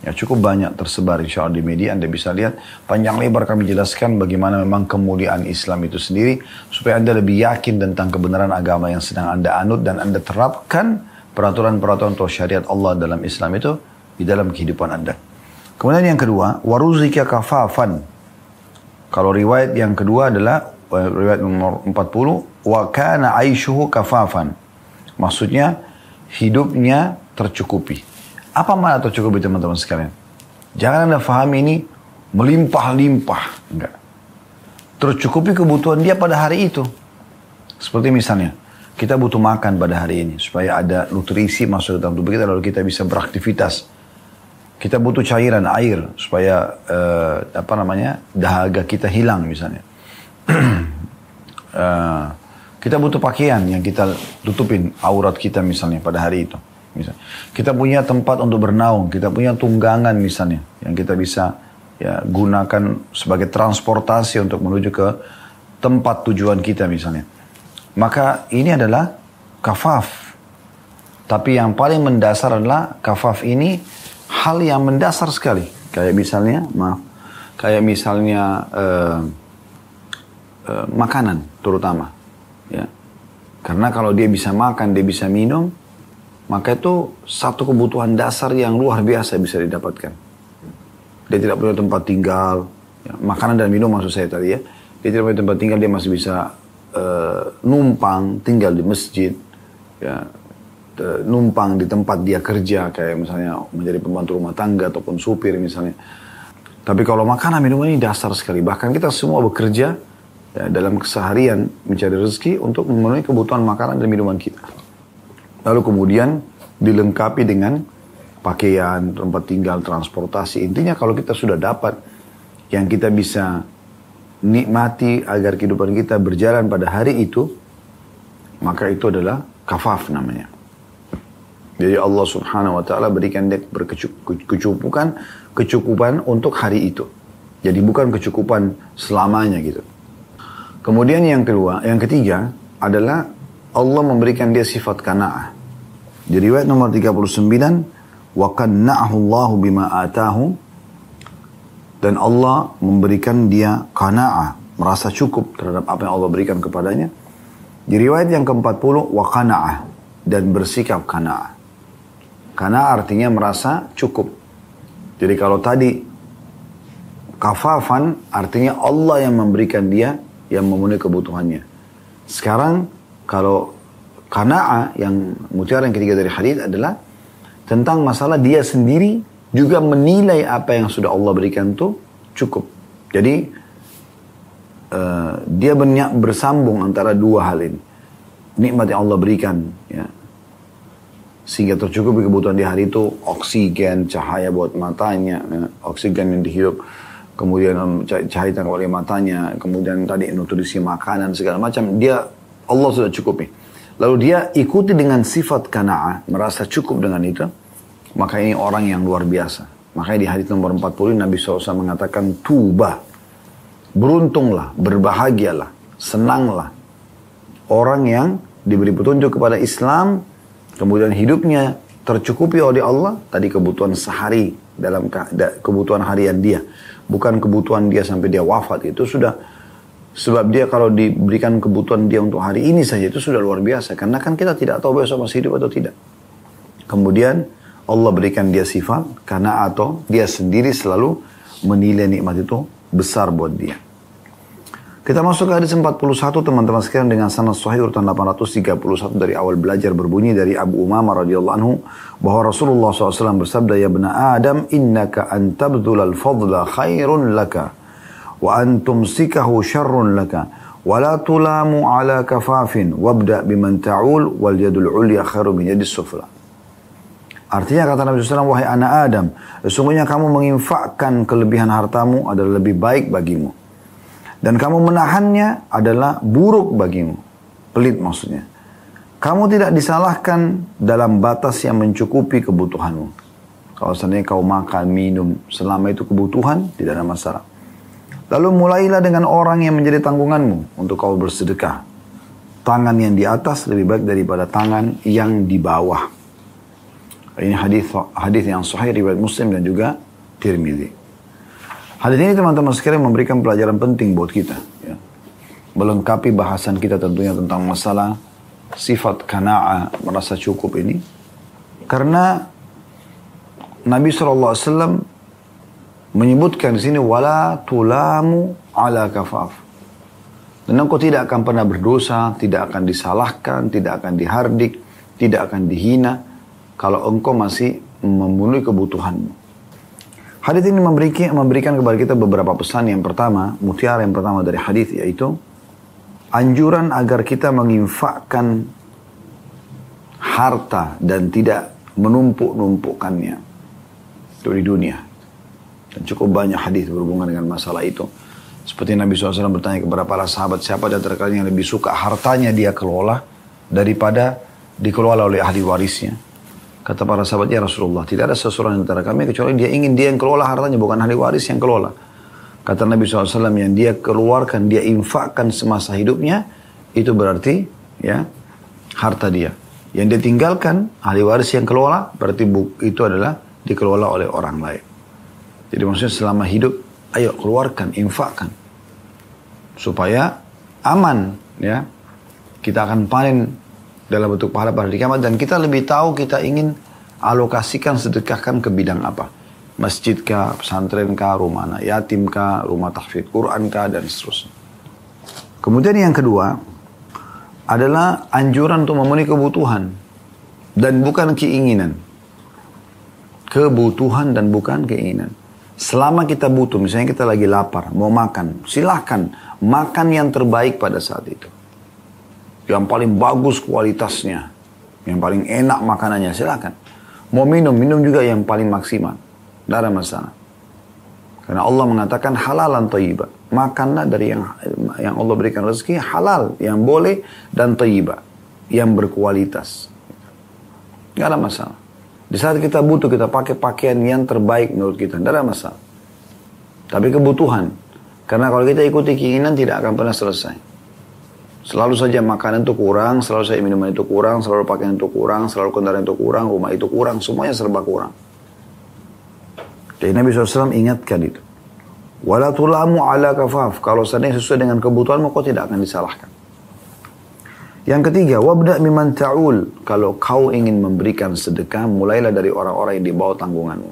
Ya, cukup banyak tersebar insya Allah di media. Anda bisa lihat panjang lebar kami jelaskan bagaimana memang kemuliaan Islam itu sendiri. Supaya Anda lebih yakin tentang kebenaran agama yang sedang Anda anut. Dan Anda terapkan peraturan-peraturan atau syariat Allah dalam Islam itu di dalam kehidupan Anda. Kemudian yang kedua, waruzika kafafan. Kalau riwayat yang kedua adalah riwayat nomor empat puluh. Wa kana aishuhu kafafan. Maksudnya hidupnya tercukupi. Apa makna tercukupi teman-teman sekalian? Jangan Anda fahami ini melimpah-limpah. Enggak. Tercukupi kebutuhan dia pada hari itu. Seperti misalnya, kita butuh makan pada hari ini. Supaya ada nutrisi masuk ke dalam tubuh kita lalu kita bisa beraktivitas. Kita butuh cairan air. Supaya uh, apa namanya dahaga kita hilang misalnya. uh, kita butuh pakaian yang kita tutupin aurat kita misalnya pada hari itu. Misalnya. Kita punya tempat untuk bernaung, kita punya tunggangan misalnya yang kita bisa ya, gunakan sebagai transportasi untuk menuju ke tempat tujuan kita misalnya. Maka ini adalah kafaf. Tapi yang paling mendasar adalah kafaf ini hal yang mendasar sekali. Kayak misalnya, maaf, kayak misalnya uh, uh, makanan terutama. Ya. Karena kalau dia bisa makan, dia bisa minum, maka itu satu kebutuhan dasar yang luar biasa bisa didapatkan. Dia tidak punya tempat tinggal, ya, makanan dan minum maksud saya tadi ya. Dia tidak punya tempat tinggal, dia masih bisa uh, numpang, tinggal di masjid, ya, uh, numpang di tempat dia kerja, kayak misalnya menjadi pembantu rumah tangga ataupun supir misalnya. Tapi kalau makanan minum ini dasar sekali. Bahkan kita semua bekerja ya, dalam keseharian mencari rezeki untuk memenuhi kebutuhan makanan dan minuman kita. Lalu kemudian dilengkapi dengan pakaian, tempat tinggal, transportasi. Intinya kalau kita sudah dapat yang kita bisa nikmati agar kehidupan kita berjalan pada hari itu, maka itu adalah kafaf namanya. Jadi Allah subhanahu wa ta'ala berikan dia berkecukupan, kecukupan untuk hari itu. Jadi bukan kecukupan selamanya gitu. Kemudian yang kedua, yang ketiga adalah Allah memberikan dia sifat qanaah. Di riwayat nomor tiga puluh sembilan, wa qanna'ahu Allahu bima atahu, dan Allah memberikan dia qanaah, merasa cukup terhadap apa yang Allah berikan kepadanya. Di riwayat yang keempat puluh, wa qana'ah, dan bersikap qanaah. Qanaah artinya merasa cukup. Jadi kalau tadi kafafan artinya Allah yang memberikan dia yang memenuhi kebutuhannya. Sekarang kalau qanaah yang mutiara yang ketiga dari hadis adalah tentang masalah dia sendiri juga menilai apa yang sudah Allah berikan itu cukup. Jadi uh, dia bersambung antara dua hal ini. Nikmat yang Allah berikan ya, sehingga tercukupi kebutuhan di hari itu, oksigen, cahaya buat matanya, ya, oksigen yang dihirup, kemudian um, cahaya oleh matanya, kemudian tadi nutrisi makanan segala macam, dia Allah sudah cukupi. Lalu dia ikuti dengan sifat qanaah, merasa cukup dengan itu, maka ini orang yang luar biasa. Makanya di hadis nomor empat puluh Nabi shallallahu alaihi wasallam mengatakan tuba, beruntunglah, berbahagialah, senanglah orang yang diberi petunjuk kepada Islam, kemudian hidupnya tercukupi oleh Allah, tadi kebutuhan sehari dalam kebutuhan harian dia, bukan kebutuhan dia sampai dia wafat. Itu sudah, sebab dia kalau diberikan kebutuhan dia untuk hari ini saja itu sudah luar biasa. Karena kan kita tidak tahu besok masih hidup atau tidak. Kemudian Allah berikan dia sifat karena atau dia sendiri selalu menilai nikmat itu besar buat dia. Kita masuk ke hadis empat puluh satu teman-teman sekalian dengan sanad sahih urutan delapan ratus tiga puluh satu dari awal belajar berbunyi dari Abu Umamah radhiyallahu anhu bahwa Rasulullah shallallahu alaihi wasallam bersabda, ya bena Adam innaka antabdulal fadla khairun laka wa antumsikahu syarrun laka wa la tulamu ala kafafin wabda biman ta'ul wal yadul ulya khairu min yadis sufla. Artinya kata Nabi shallallahu alaihi wasallam, wahai anak Adam, sesungguhnya kamu menginfakkan kelebihan hartamu adalah lebih baik bagimu. Dan kamu menahannya adalah buruk bagimu. Pelit maksudnya. Kamu tidak disalahkan dalam batas yang mencukupi kebutuhanmu. Kalau seandainya kau makan, minum, selama itu kebutuhan, tidak ada masalah. Lalu mulailah dengan orang yang menjadi tanggunganmu untuk kau bersedekah. Tangan yang di atas lebih baik daripada tangan yang di bawah. Ini hadis hadis yang sahih riwayat Muslim dan juga Tirmidzi. Hadis ini teman-teman sekalian memberikan pelajaran penting buat kita. Ya. Melengkapi bahasan kita tentunya tentang masalah sifat qanaa'ah, merasa cukup ini. Karena Nabi shallallahu alaihi wasallam menyebutkan di sini wala tulamu ala kafaf. Dan engkau tidak akan pernah berdosa, tidak akan disalahkan, tidak akan dihardik, tidak akan dihina kalau engkau masih memenuhi kebutuhanmu. Hadis ini memberikan, memberikan kepada kita beberapa pesan. Yang pertama, mutiara yang pertama dari hadis yaitu anjuran agar kita menginfakkan harta dan tidak menumpuk-numpukkannya itu di dunia. Dan cukup banyak hadis berhubungan dengan masalah itu. Seperti Nabi shallallahu alaihi wasallam bertanya kepada para sahabat, siapa di antara kalian yang lebih suka hartanya dia kelola daripada dikelola oleh ahli warisnya? Kata para sahabat, ya Rasulullah, tidak ada seseorang di antara kami kecuali dia ingin dia yang kelola hartanya, bukan ahli waris yang kelola. Kata Nabi shallallahu alaihi wasallam, yang dia keluarkan, dia infakkan semasa hidupnya, itu berarti ya harta dia. Yang dia tinggalkan, ahli waris yang kelola, berarti itu adalah dikelola oleh orang lain. Jadi maksudnya selama hidup, ayo keluarkan, infakkan. Supaya aman, ya. Kita akan panen dalam bentuk pahala pada hari kiamat, dan kita lebih tahu kita ingin alokasikan, sedekahkan ke bidang apa. Masjid kah, pesantren kah, rumah anak yatim kah, rumah tahfidz Quran kah, dan seterusnya. Kemudian yang kedua adalah anjuran untuk memenuhi kebutuhan dan bukan keinginan. Kebutuhan dan bukan keinginan. Selama kita butuh, misalnya kita lagi lapar, mau makan, silahkan makan yang terbaik pada saat itu. Yang paling bagus kualitasnya, yang paling enak makanannya, silakan. Mau minum, minum juga yang paling maksimal. Tidak ada masalah. Karena Allah mengatakan halalan thayyibah. Makanlah dari yang yang Allah berikan rezeki halal, yang boleh, dan thayyibah, yang berkualitas. Tidak ada masalah. Di saat kita butuh, kita pakai pakaian yang terbaik menurut kita. Tidak ada masalah. Tapi kebutuhan. Karena kalau kita ikuti keinginan, tidak akan pernah selesai. Selalu saja makanan itu kurang, selalu saja minuman itu kurang, selalu pakaian itu kurang, selalu kendaraan itu kurang, rumah itu kurang, semuanya serba kurang. Jadi Nabi shallallahu alaihi wasallam ingatkan itu. Wala tulamu ala kafaf. Kalau seandainya sesuai dengan kebutuhanmu, kau tidak akan disalahkan. Yang ketiga, wabda miman ta'ul. Kalau kau ingin memberikan sedekah, mulailah dari orang-orang yang di bawah tanggunganmu.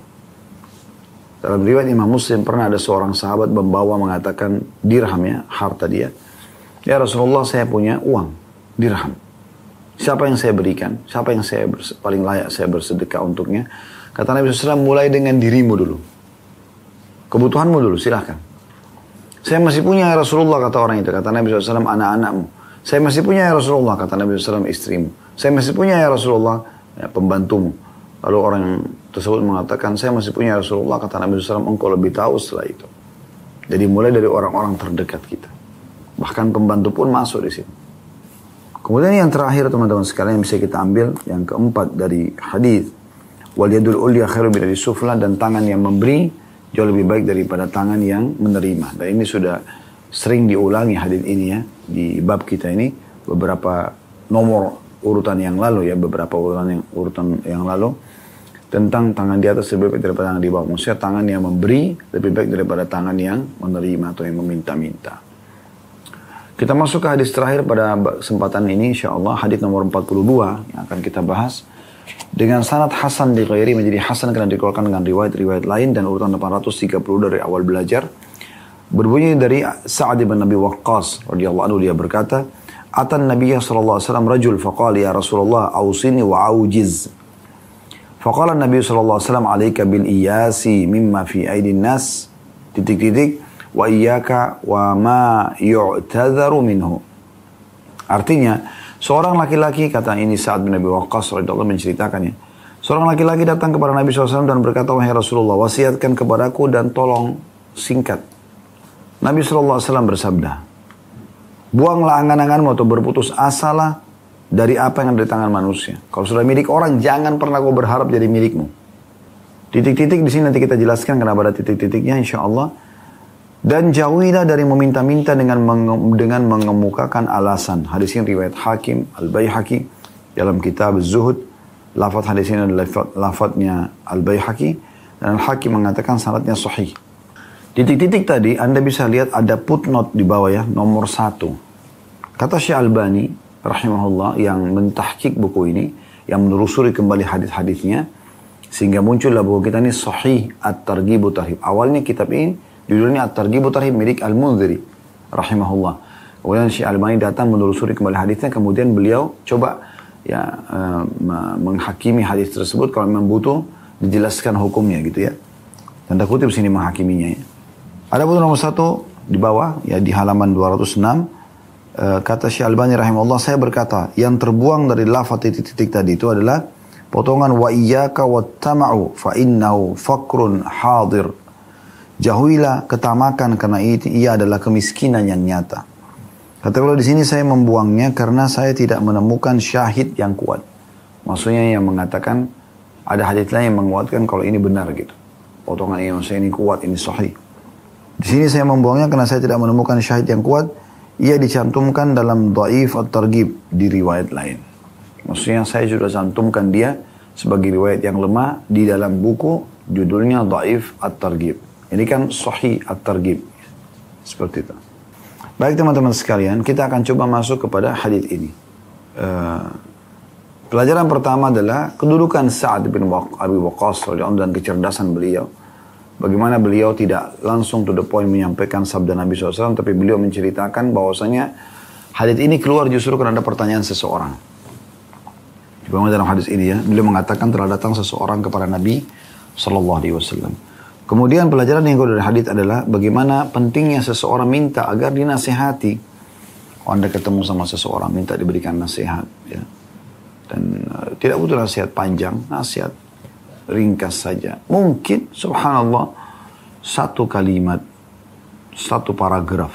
Dalam riwayat Imam Muslim, pernah ada seorang sahabat membawa mengatakan dirham, ya, harta dia. Ya Rasulullah, saya punya uang, dirham. Siapa yang saya berikan? Siapa yang saya paling layak saya bersedekah untuknya? Kata Nabi shallallahu alaihi wasallam, mulai dengan dirimu dulu. Kebutuhanmu dulu, silahkan. Saya masih punya ya Rasulullah, kata orang itu. Kata Nabi shallallahu alaihi wasallam, anak-anakmu. Saya masih punya ya Rasulullah, kata Nabi shallallahu alaihi wasallam, istrimu. Saya masih punya ya Rasulullah, ya, pembantumu. Lalu orang tersebut mengatakan, saya masih punya ya Rasulullah, kata Nabi shallallahu alaihi wasallam, engkau lebih tahu setelah itu. Jadi mulai dari orang-orang terdekat kita. Bahkan pembantu pun masuk di sini. Kemudian yang terakhir teman-teman sekalian yang bisa kita ambil, yang keempat dari hadis, wal yadul ulya khairu min sufla, dan tangan yang memberi jauh lebih baik daripada tangan yang menerima. Dan ini sudah sering diulangi hadis ini ya di bab kita ini beberapa nomor urutan yang lalu ya, beberapa urutan yang urutan yang lalu tentang tangan di atas lebih baik daripada tangan di bawah. Maksudnya tangan yang memberi lebih baik daripada tangan yang menerima atau yang meminta-minta. Kita masuk ke hadis terakhir pada kesempatan ini, insyaAllah hadis nomor empat puluh dua yang akan kita bahas. Dengan sanad hasan di ghairi, menjadi hasan karena dikeluarkan dengan riwayat-riwayat lain, dan urutan delapan ratus tiga puluh dari awal belajar. Berbunyi dari Sa'ad bin Abi Waqqas radhiyallahu anhu, dia berkata, Atan Nabiya sallallahu alaihi wasallam rajul faqala ya Rasulullah awsini wa aujiz. Faqala Nabi sallallahu alaihi wasallam alaika bil iyasi mimma fi aidin nas titik-titik wa iyyaka wa ma yu'tadharu minhu. Artinya, seorang laki-laki, kata ini Sa'ad bin Abi Waqqas radhiyallahu anhu menceritakannya. Seorang laki-laki datang kepada Nabi shallallahu alaihi wasallam dan berkata, wahai Rasulullah, wasiatkan kepadaku dan tolong singkat. Nabi shallallahu alaihi wasallam bersabda, buanglah angan-anganmu atau berputus asalah dari apa yang ada di tangan manusia. Kalau sudah milik orang, jangan pernah kau berharap jadi milikmu. Titik-titik di sini nanti kita jelaskan kenapa ada titik-titiknya, insya Allah. Dan jauhilah dari meminta-minta dengan menge- dengan mengemukakan alasan. Hadis ini riwayat Hakim Al-Baihaqi dalam kitab Zuhud. Lafaz hadis ini adalah lafaz, lafaznya Al-Baihaqi. Dan Al-Hakim mengatakan sanadnya sahih. Titik-titik tadi Anda bisa lihat ada footnote di bawah ya, nomor satu. Kata Syekh Albani rahimahullah yang mentahqiq buku ini, yang menelusuri kembali hadis-hadisnya, sehingga muncullah buku kita ini Sahih At-Targhib Tarhib. Awalnya kitab ini judulnya At-Targhib Tarhib milik Al-Munziri rahimahullah. Kemudian Syekh Albani datang menelusuri kembali hadisnya, kemudian beliau coba ya uh, menghakimi hadis tersebut kalau memang butuh dijelaskan hukumnya gitu ya. Tanda kutip sini menghakiminya ya. Ada buku nomor satu di bawah ya di halaman dua ratus enam uh, kata Syekh Albani rahimahullah, saya berkata yang terbuang dari lafaz titik-titik tadi itu adalah potongan wa iyyaka wattama'u fa innahu faqrun hadir. Jauhilah ketamakan karena ia adalah kemiskinan yang nyata. Kata beliau di sini saya membuangnya karena saya tidak menemukan syahid yang kuat. Maksudnya yang mengatakan ada hadits lain yang menguatkan kalau ini benar gitu. Potongan ini maksudnya ini kuat, ini sahih. Di sini saya membuangnya karena saya tidak menemukan syahid yang kuat. Ia dicantumkan dalam Dhaif At-Targhib di riwayat lain. Maksudnya saya sudah cantumkan dia sebagai riwayat yang lemah di dalam buku judulnya Dhaif At-Targhib. Ini kan Sahih At-Targhib. Seperti itu. Baik teman-teman sekalian, kita akan coba masuk kepada hadits ini. Uh, pelajaran pertama adalah kedudukan Sa'ad bin Abi Waqqas dan kecerdasan beliau. Bagaimana beliau tidak langsung to the point menyampaikan sabda Nabi shallallahu alaihi wasallam, tapi beliau menceritakan bahwasanya hadits ini keluar justru karena ada pertanyaan seseorang. Bagaimana dalam hadits ini ya, beliau mengatakan telah datang seseorang kepada Nabi shallallahu alaihi wasallam. Kemudian pelajaran yang kedua dari hadits adalah bagaimana pentingnya seseorang minta agar dinasihati. Kalau Anda ketemu sama seseorang minta diberikan nasihat ya. Dan uh, tidak butuh nasihat panjang, nasihat ringkas saja. Mungkin subhanallah satu kalimat, satu paragraf,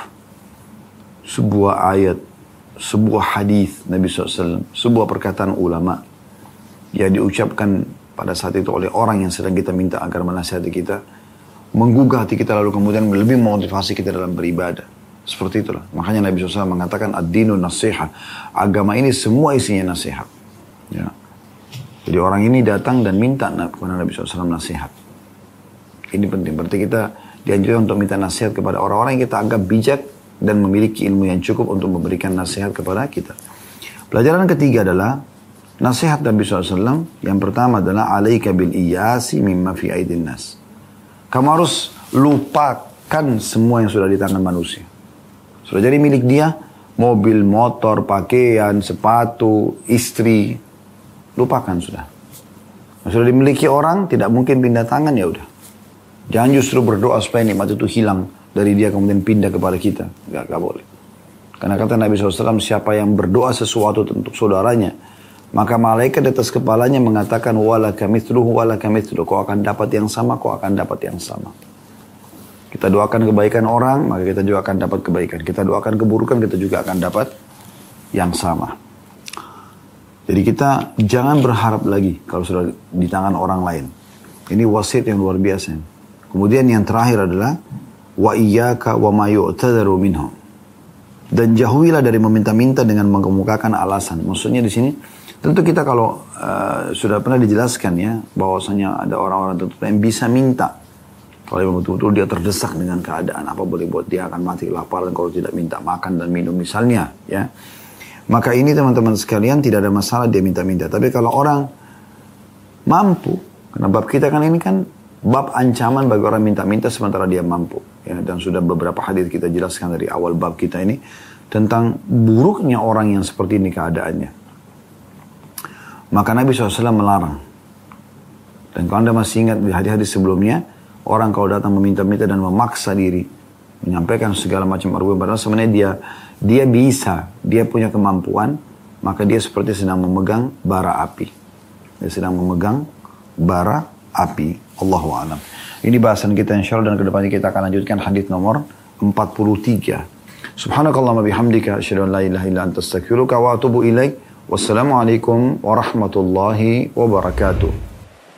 sebuah ayat, sebuah hadis Nabi shallallahu alaihi wasallam, sebuah perkataan ulama yang diucapkan pada saat itu oleh orang yang sedang kita minta agar menasihati kita, menggugah hati kita lalu kemudian lebih memotivasi kita dalam beribadah. Seperti itulah. Makanya Nabi shallallahu alaihi wasallam mengatakan ad-dinu nasihat. Agama ini semua isinya nasihat. Ya. Jadi orang ini datang dan minta kepada Nabi shallallahu alaihi wasallam nasihat. Ini penting. Berarti kita dianjurkan untuk minta nasihat kepada orang-orang yang kita anggap bijak dan memiliki ilmu yang cukup untuk memberikan nasihat kepada kita. Pelajaran ketiga adalah nasihat Nabi shallallahu alaihi wasallam. Yang pertama adalah alaika bil iyasi mimma fi aidin nas. Kamu harus lupakan semua yang sudah di tangan manusia. Sudah jadi milik dia, mobil, motor, pakaian, sepatu, istri, lupakan sudah. Sudah dimiliki orang, tidak mungkin pindah tangan, ya udah. Jangan justru berdoa supaya nikmat itu hilang dari dia kemudian pindah kepada kita. Gak, gak boleh. Karena kata Nabi shallallahu alaihi wasallam, siapa yang berdoa sesuatu untuk saudaranya, maka malaikat di atas kepalanya mengatakan, wala kamithluhu wala kamithluhu. Kau akan dapat yang sama, kau akan dapat yang sama. Kita doakan kebaikan orang, maka kita juga akan dapat kebaikan. Kita doakan keburukan, kita juga akan dapat yang sama. Jadi kita jangan berharap lagi kalau sudah di tangan orang lain. Ini wasiat yang luar biasa. Kemudian yang terakhir adalah wa iyyaka wa ma yu'tadaru minhu. Dan jauhilah dari meminta-minta dengan mengemukakan alasan. Maksudnya di sini tentu kita kalau uh, sudah pernah dijelaskan ya bahwasanya ada orang-orang tertentu yang bisa minta. Kalau betul-betul dia terdesak dengan keadaan apa boleh buat dia akan mati kelaparan kalau tidak minta makan dan minum misalnya ya. Maka ini teman-teman sekalian tidak ada masalah dia minta-minta. Tapi kalau orang mampu, karena bab kita kan ini kan bab ancaman bagi orang minta-minta sementara dia mampu. Ya, dan sudah beberapa hadis kita jelaskan dari awal bab kita ini tentang buruknya orang yang seperti ini keadaannya. Maka Nabi shallallahu alaihi wasallam melarang. Dan kalau Anda masih ingat di hadis-hadis sebelumnya, orang kalau datang meminta-minta dan memaksa diri, menyampaikan segala macam argumen, padahal sebenarnya dia dia bisa, dia punya kemampuan, maka dia seperti sedang memegang bara api. Dia sedang memegang bara api. Allahu a'lam. Ini bahasan kita insyaallah, dan kedepannya kita akan lanjutkan hadis nomor empat puluh tiga. Subhanakallahumma bihamdika asyhadu an la ilaha illa anta astaghfiruka wa atubu ilaik. Wassalamualaikum warahmatullahi wabarakatuh.